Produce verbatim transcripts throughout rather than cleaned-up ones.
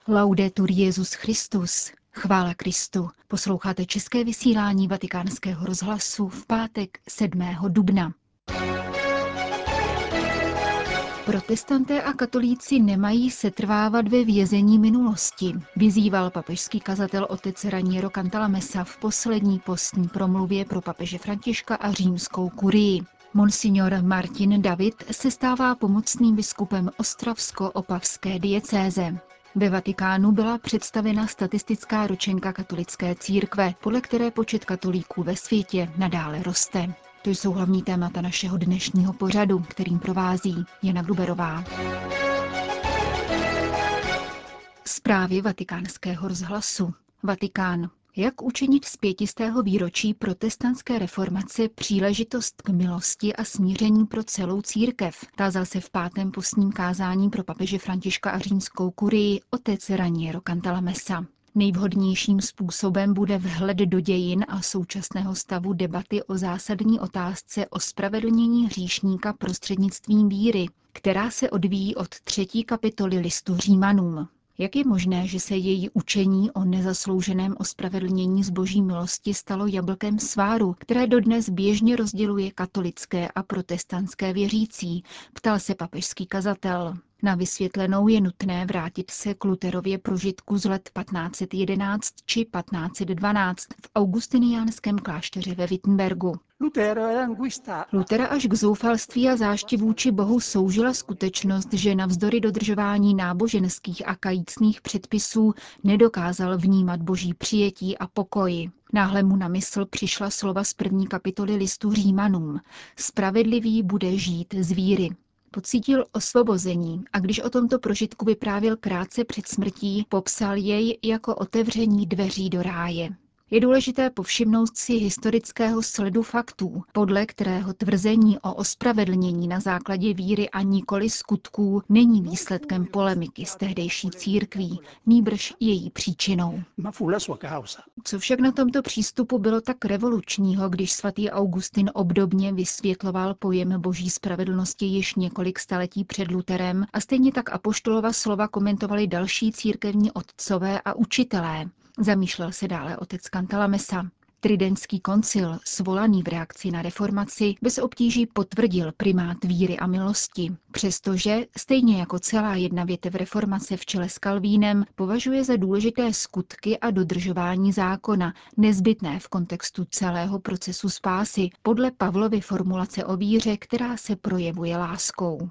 Laudetur Jesus Christus. Chvála Kristu. Posloucháte české vysílání Vatikánského rozhlasu v pátek sedmého dubna. Protestanté a katolíci nemají setrvávat ve vězení minulosti, vyzýval papežský kazatel otec Raniero Cantalamessa v poslední postní promluvě pro papeže Františka a římskou kurii. Monsignor Martin David se stává pomocným biskupem ostravsko-opavské diecéze. Ve Vatikánu byla představena statistická ročenka katolické církve, podle které počet katolíků ve světě nadále roste. To jsou hlavní témata našeho dnešního pořadu, kterým provází Jana Gruberová. Zprávy Vatikánského rozhlasu. Vatikán. Jak učinit z pětistého výročí protestantské reformace příležitost k milosti a smíření pro celou církev, tázal se v pátém postním kázání pro papeže Františka a římskou kurii otec Raniero Cantalamessa. Nejvhodnějším způsobem bude vhled do dějin a současného stavu debaty o zásadní otázce ospravedlnění hříšníka prostřednictvím víry, která se odvíjí od třetí kapitoly listu Římanům. Jak je možné, že se její učení o nezaslouženém ospravedlnění z boží milosti stalo jablkem sváru, které dodnes běžně rozděluje katolické a protestantské věřící, ptal se papežský kazatel. Na vysvětlenou je nutné vrátit se k Luterově prožitku z let patnáct set jedenáct či patnáct set dvanáct v augustiniánském klášteře ve Wittenbergu. Lutera až k zoufalství a zášti vůči Bohu soužila skutečnost, že navzdory dodržování náboženských a kajícných předpisů nedokázal vnímat boží přijetí a pokoj. Náhle mu na mysl přišla slova z první kapitoly listu Římanům. Spravedlivý bude žít z víry. Pocítil osvobození a když o tomto prožitku vyprávěl krátce před smrtí, popsal jej jako otevření dveří do ráje. Je důležité povšimnout si historického sledu faktů, podle kterého tvrzení o ospravedlnění na základě víry a nikoli skutků není výsledkem polemiky s tehdejší církví, nýbrž její příčinou. Co však na tomto přístupu bylo tak revolučního, když svatý Augustin obdobně vysvětloval pojem boží spravedlnosti již několik staletí před Luterem a stejně tak apoštolova slova komentovali další církevní otcové a učitelé. Zamýšlel se dále otec Cantalamessa. Tridentský koncil, svolaný v reakci na reformaci, bez obtíží potvrdil primát víry a milosti, přestože, stejně jako celá jedna větev reformace v čele s Kalvínem, považuje za důležité skutky a dodržování zákona, nezbytné v kontextu celého procesu spásy, podle Pavlovy formulace o víře, která se projevuje láskou.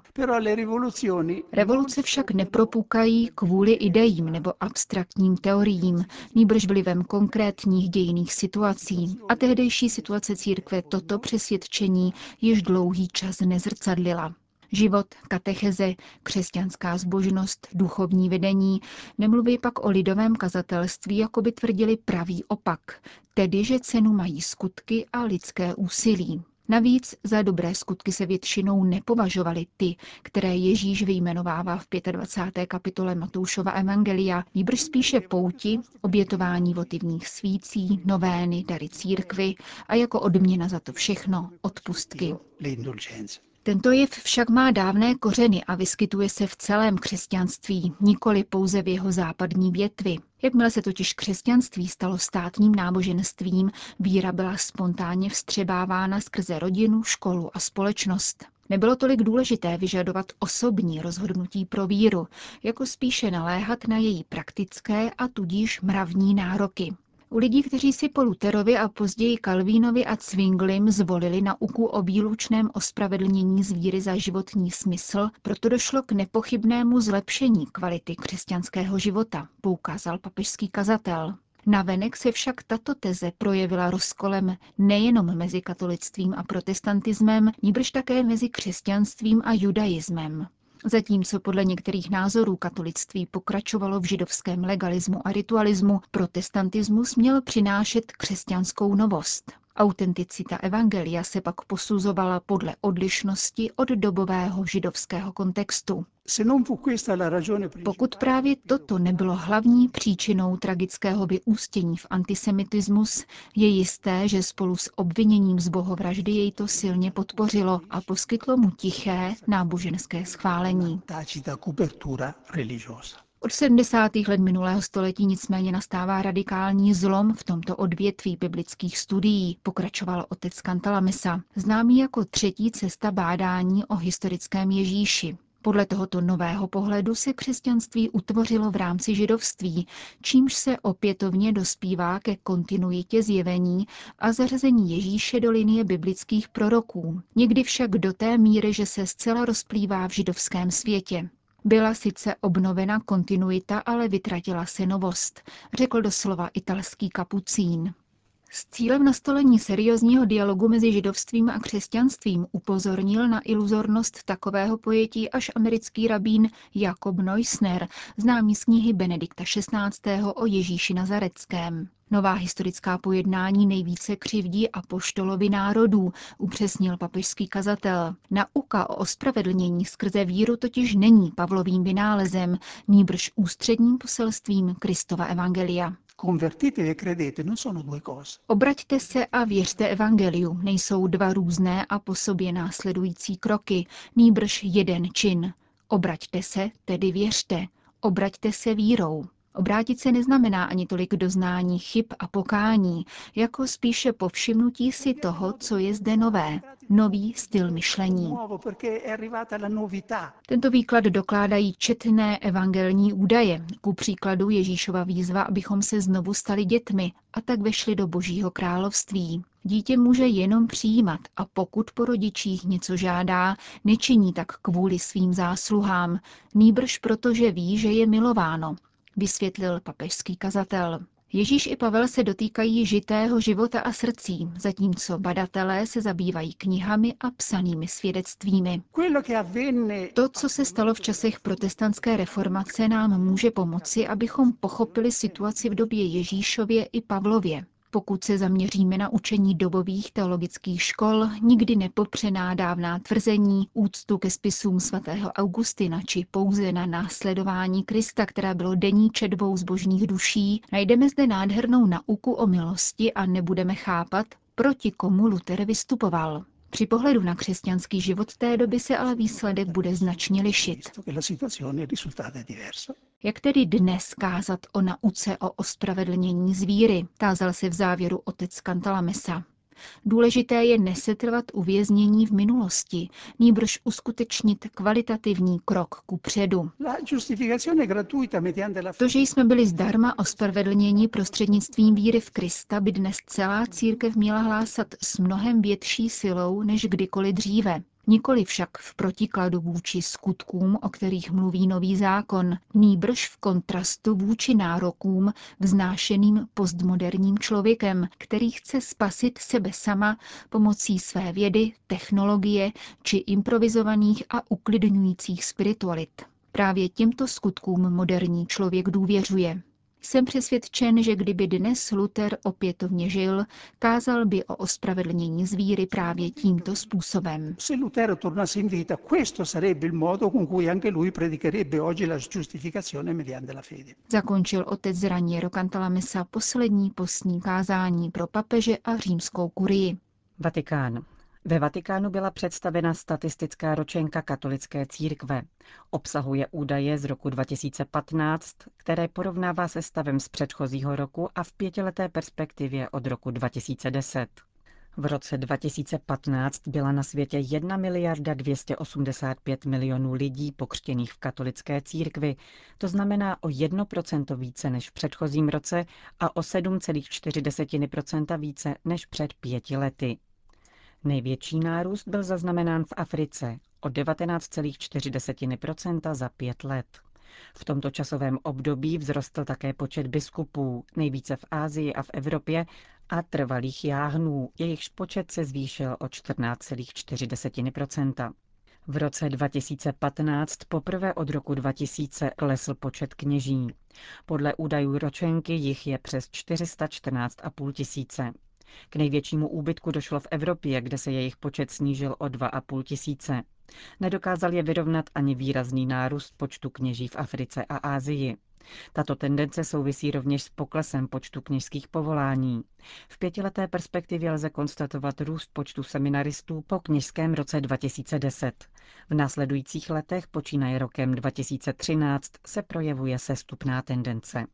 Revoluce však nepropukají kvůli idejím nebo abstraktním teoriím, nýbrž vlivem konkrétních dějinných situací. A tehdejší situace církve toto přesvědčení již dlouhý čas nezrcadlila. Život, katecheze, křesťanská zbožnost, duchovní vedení, nemluví pak o lidovém kazatelství, jako by tvrdili pravý opak, tedy že cenu mají skutky a lidské úsilí. Navíc za dobré skutky se většinou nepovažovaly ty, které Ježíš vyjmenovává v dvacáté páté kapitole Matoušova evangelia, nýbrž spíše pouti, obětování votivních svící, novény, dary církvy a jako odměna za to všechno odpustky. Tento jev však má dávné kořeny a vyskytuje se v celém křesťanství, nikoli pouze v jeho západní větvi. Jakmile se totiž křesťanství stalo státním náboženstvím, víra byla spontánně vstřebávána skrze rodinu, školu a společnost. Nebylo tolik důležité vyžadovat osobní rozhodnutí pro víru, jako spíše naléhat na její praktické a tudíž mravní nároky. U lidí, kteří si po Luterovi a později Kalvínovi a Zwinglim zvolili nauku o výlučném ospravedlnění z víry za životní smysl, proto došlo k nepochybnému zlepšení kvality křesťanského života, poukázal papežský kazatel. Navenek se však tato teze projevila rozkolem nejenom mezi katolictvím a protestantismem, nýbrž také mezi křesťanstvím a judaismem. Zatímco podle některých názorů katolictví pokračovalo v židovském legalismu a ritualismu, protestantismus měl přinášet křesťanskou novost. Autenticita evangelia se pak posuzovala podle odlišnosti od dobového židovského kontextu. Pokud právě toto nebylo hlavní příčinou tragického vyústění v antisemitismus, je jisté, že spolu s obviněním z bohovraždy jej to silně podpořilo a poskytlo mu tiché náboženské schválení. Od sedmdesátých let minulého století nicméně nastává radikální zlom v tomto odvětví biblických studií, pokračoval otec Cantalamessa, známý jako třetí cesta bádání o historickém Ježíši. Podle tohoto nového pohledu se křesťanství utvořilo v rámci židovství, čímž se opětovně dospívá ke kontinuitě zjevení a zařazení Ježíše do linie biblických proroků, někdy však do té míry, že se zcela rozplývá v židovském světě. Byla sice obnovena kontinuita, ale vytratila se novost, řekl doslova italský kapucín. S cílem nastolení seriózního dialogu mezi židovstvím a křesťanstvím upozornil na iluzornost takového pojetí až americký rabín Jakob Neusner, známý z knihy Benedikta šestnáctého o Ježíši Nazareckém. Nová historická pojednání nejvíce křivdí apoštolovi národů, upřesnil papežský kazatel. Nauka o ospravedlnění skrze víru totiž není Pavlovým vynálezem, nýbrž ústředním poselstvím Kristova evangelia. Obraťte se a věřte evangeliu, nejsou dva různé a po sobě následující kroky, nýbrž jeden čin. Obraťte se, tedy věřte. Obraťte se vírou. Obrátit se neznamená ani tolik doznání chyb a pokání, jako spíše povšimnutí si toho, co je zde nové, nový styl myšlení. Tento výklad dokládají četné evangelní údaje, ku příkladu Ježíšova výzva, abychom se znovu stali dětmi a tak vešli do Božího království. Dítě může jenom přijímat a pokud po rodičích něco žádá, nečiní tak kvůli svým zásluhám, nýbrž protože ví, že je milováno, vysvětlil papežský kazatel. Ježíš i Pavel se dotýkají žitého života a srdcí, zatímco badatelé se zabývají knihami a psanými svědectvími. To, co se stalo v časech protestantské reformace, nám může pomoci, abychom pochopili situaci v době Ježíšově i Pavlově. Pokud se zaměříme na učení dobových teologických škol, nikdy nepopřená dávná tvrzení, úctu ke spisům svatého Augustina či pouze na následování Krista, která bylo denní četbou zbožných duší, najdeme zde nádhernou nauku o milosti a nebudeme chápat, proti komu Luther vystupoval. Při pohledu na křesťanský život té doby se ale výsledek bude značně lišit. Jak tedy dnes kázat o nauce o ospravedlnění z víry, tázal se v závěru otec Cantalamessa. Důležité je nesetrvat uvěznění v minulosti, nýbrž uskutečnit kvalitativní krok kupředu. To, že jsme byli zdarma ospravedlněni prostřednictvím víry v Krista, by dnes celá církev měla hlásat s mnohem větší silou než kdykoliv dříve. Nikoli však v protikladu vůči skutkům, o kterých mluví nový zákon, nýbrž v kontrastu vůči nárokům vznášeným postmoderním člověkem, který chce spasit sebe sama pomocí své vědy, technologie či improvizovaných a uklidňujících spiritualit. Právě těmto skutkům moderní člověk důvěřuje. Jsem přesvědčen, že kdyby dnes Luther opětovně žil, kázal by o ospravedlnění z víry právě tímto způsobem. Zakončil otec Raniero Cantalamessa poslední postní kázání pro papeže a římskou kurii. Vatikán. Ve Vatikánu byla představena statistická ročenka katolické církve. Obsahuje údaje z roku dva tisíce patnáct, které porovnává se stavem z předchozího roku a v pětileté perspektivě od roku dva tisíce deset. V roce dva tisíce patnáct byla na světě jedna miliarda dvě stě osmdesát pět milionů lidí pokřtěných v katolické církvi, to znamená o jedno procento více než v předchozím roce a o sedm celá čtyři procenta více než před pěti lety. Největší nárůst byl zaznamenán v Africe o devatenáct celá čtyři procenta za pět let. V tomto časovém období vzrostl také počet biskupů, nejvíce v Asii a v Evropě, a trvalých jáhnů, jejichž počet se zvýšil o čtrnáct celá čtyři procenta. V roce dva tisíce patnáct poprvé od roku dva tisíce klesl počet kněží. Podle údajů ročenky jich je přes čtyři sta čtrnáct a půl tisíce. K největšímu úbytku došlo v Evropě, kde se jejich počet snížil o dva a půl tisíce. Nedokázal je vyrovnat ani výrazný nárůst počtu kněží v Africe a Asii. Tato tendence souvisí rovněž s poklesem počtu kněžských povolání. V pětileté perspektivě lze konstatovat růst počtu seminaristů po kněžském roce dva tisíce deset. V následujících letech, počínaje rokem dva tisíce třináct, se projevuje sestupná tendence.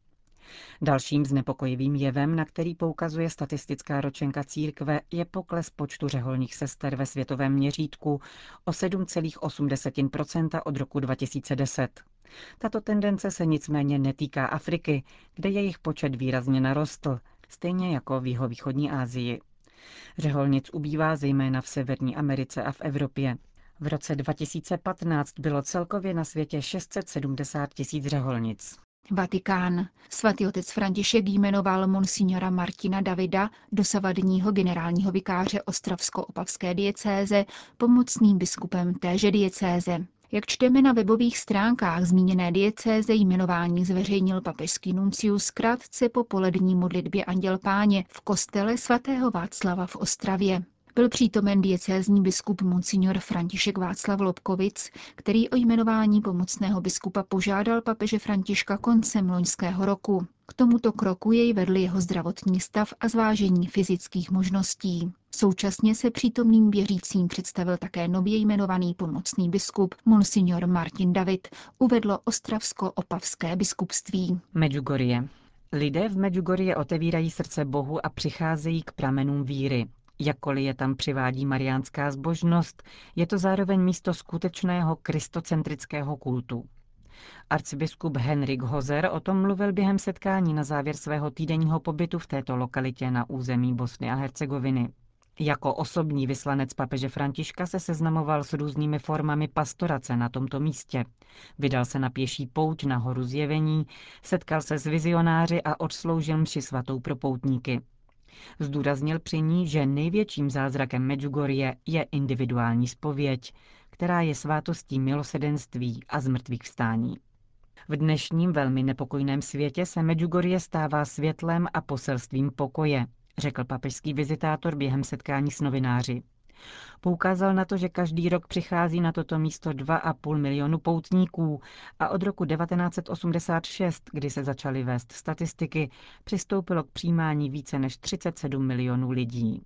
Dalším znepokojivým jevem, na který poukazuje statistická ročenka církve, je pokles počtu řeholních sester ve světovém měřítku o sedm celá osm procenta od roku dva tisíce deset. Tato tendence se nicméně netýká Afriky, kde jejich počet výrazně narostl, stejně jako v jihovýchodní Asii. Řeholnic ubývá zejména v Severní Americe a v Evropě. V roce dva tisíce patnáct bylo celkově na světě šest set sedmdesát tisíc řeholnic. Vatikán. Svatý otec František jmenoval monsignora Martina Davida, dosavadního generálního vikáře ostravsko-opavské diecéze, pomocným biskupem téže diecéze. Jak čteme na webových stránkách zmíněné diecéze, jmenování zveřejnil papežský nuncius krátce po polední modlitbě Anděl Páně v kostele svatého Václava v Ostravě. Byl přítomen diecézní biskup monsignor František Václav Lobkovic, který o jmenování pomocného biskupa požádal papeže Františka koncem loňského roku. K tomuto kroku jej vedl jeho zdravotní stav a zvážení fyzických možností. Současně se přítomným věřícím představil také nově jmenovaný pomocný biskup monsignor Martin David, uvedlo ostravsko-opavské biskupství. Medjugorje. Lidé v Medjugorje otevírají srdce Bohu a přicházejí k pramenům víry. Jakkoliv je tam přivádí mariánská zbožnost, je to zároveň místo skutečného kristocentrického kultu. Arcibiskup Henrik Hozer o tom mluvil během setkání na závěr svého týdenního pobytu v této lokalitě na území Bosny a Hercegoviny. Jako osobní vyslanec papeže Františka se seznamoval s různými formami pastorace na tomto místě. Vydal se na pěší pouť na horu Zjevení, setkal se s vizionáři a odsloužil mši svatou pro poutníky. Zdůraznil při ní, že největším zázrakem Medjugorje je individuální zpověď, která je svátostí milosedenství a zmrtvýchvstání. V dnešním velmi nepokojném světě se Medjugorje stává světlem a poselstvím pokoje, řekl papežský vizitátor během setkání s novináři. Poukázal na to, že každý rok přichází na toto místo dva a půl milionu poutníků a od roku devatenáct set osmdesát šest, kdy se začaly vést statistiky, přistoupilo k přijímání více než třicet sedm milionů lidí.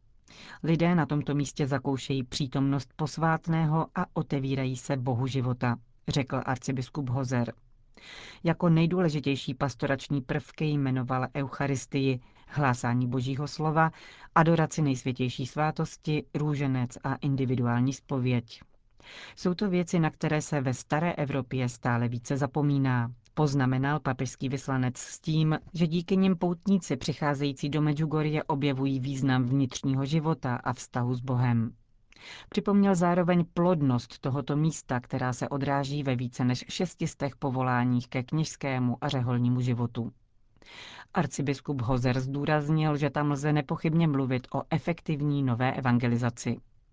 Lidé na tomto místě zakoušejí přítomnost posvátného a otevírají se Bohu života, řekl arcibiskup Hozer. Jako nejdůležitější pastorační prvky jmenoval eucharistii, hlásání božího slova, adoraci nejsvětější svátosti, růženec a individuální zpověď. Jsou to věci, na které se ve staré Evropě stále více zapomíná, poznamenal papežský vyslanec s tím, že díky nim poutníci přicházející do Medjugorje objevují význam vnitřního života a vztahu s Bohem. Připomněl zároveň plodnost tohoto místa, která se odráží ve více než šestistech povoláních ke kněžskému a řeholnímu životu. Arcibiskup Hozer zdůraznil, že tam lze nepochybně mluvit o efektivní nové evangelizaci.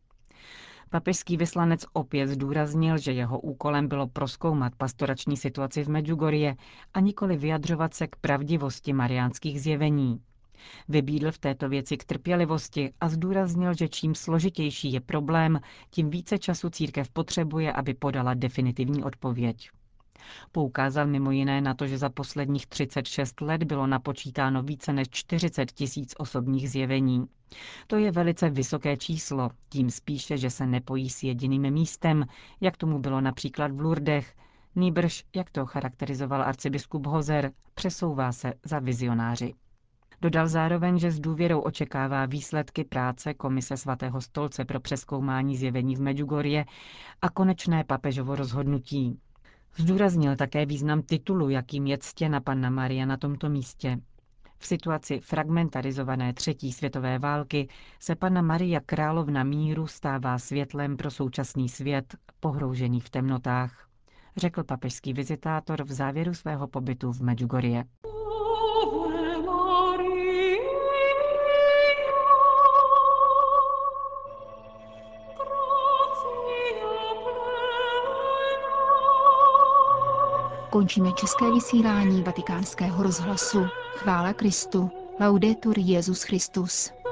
Papežský vyslanec opět zdůraznil, že jeho úkolem bylo prozkoumat pastorační situaci v Medjugorje a nikoli vyjadřovat se k pravdivosti mariánských zjevení. Vybídl v této věci k trpělivosti a zdůraznil, že čím složitější je problém, tím více času církev potřebuje, aby podala definitivní odpověď. Poukázal mimo jiné na to, že za posledních třicet šest let bylo napočítáno více než čtyřicet tisíc osobních zjevení. To je velice vysoké číslo, tím spíše, že se nepojí s jediným místem, jak tomu bylo například v Lourdech, nýbrž, jak to charakterizoval arcibiskup Hozer, přesouvá se za vizionáři. Dodal zároveň, že s důvěrou očekává výsledky práce Komise svatého stolce pro přezkoumání zjevení v Medjugorje a konečné papežovo rozhodnutí. Zdůraznil také význam titulu, jakým je ctěna Panna Maria na tomto místě. V situaci fragmentarizované třetí světové války se Panna Maria královna míru stává světlem pro současný svět, pohroužený v temnotách, řekl papežský vizitátor v závěru svého pobytu v Medjugorje. Končíme české vysílání Vatikánského rozhlasu. Chvála Kristu. Laudetur Jesus Christus.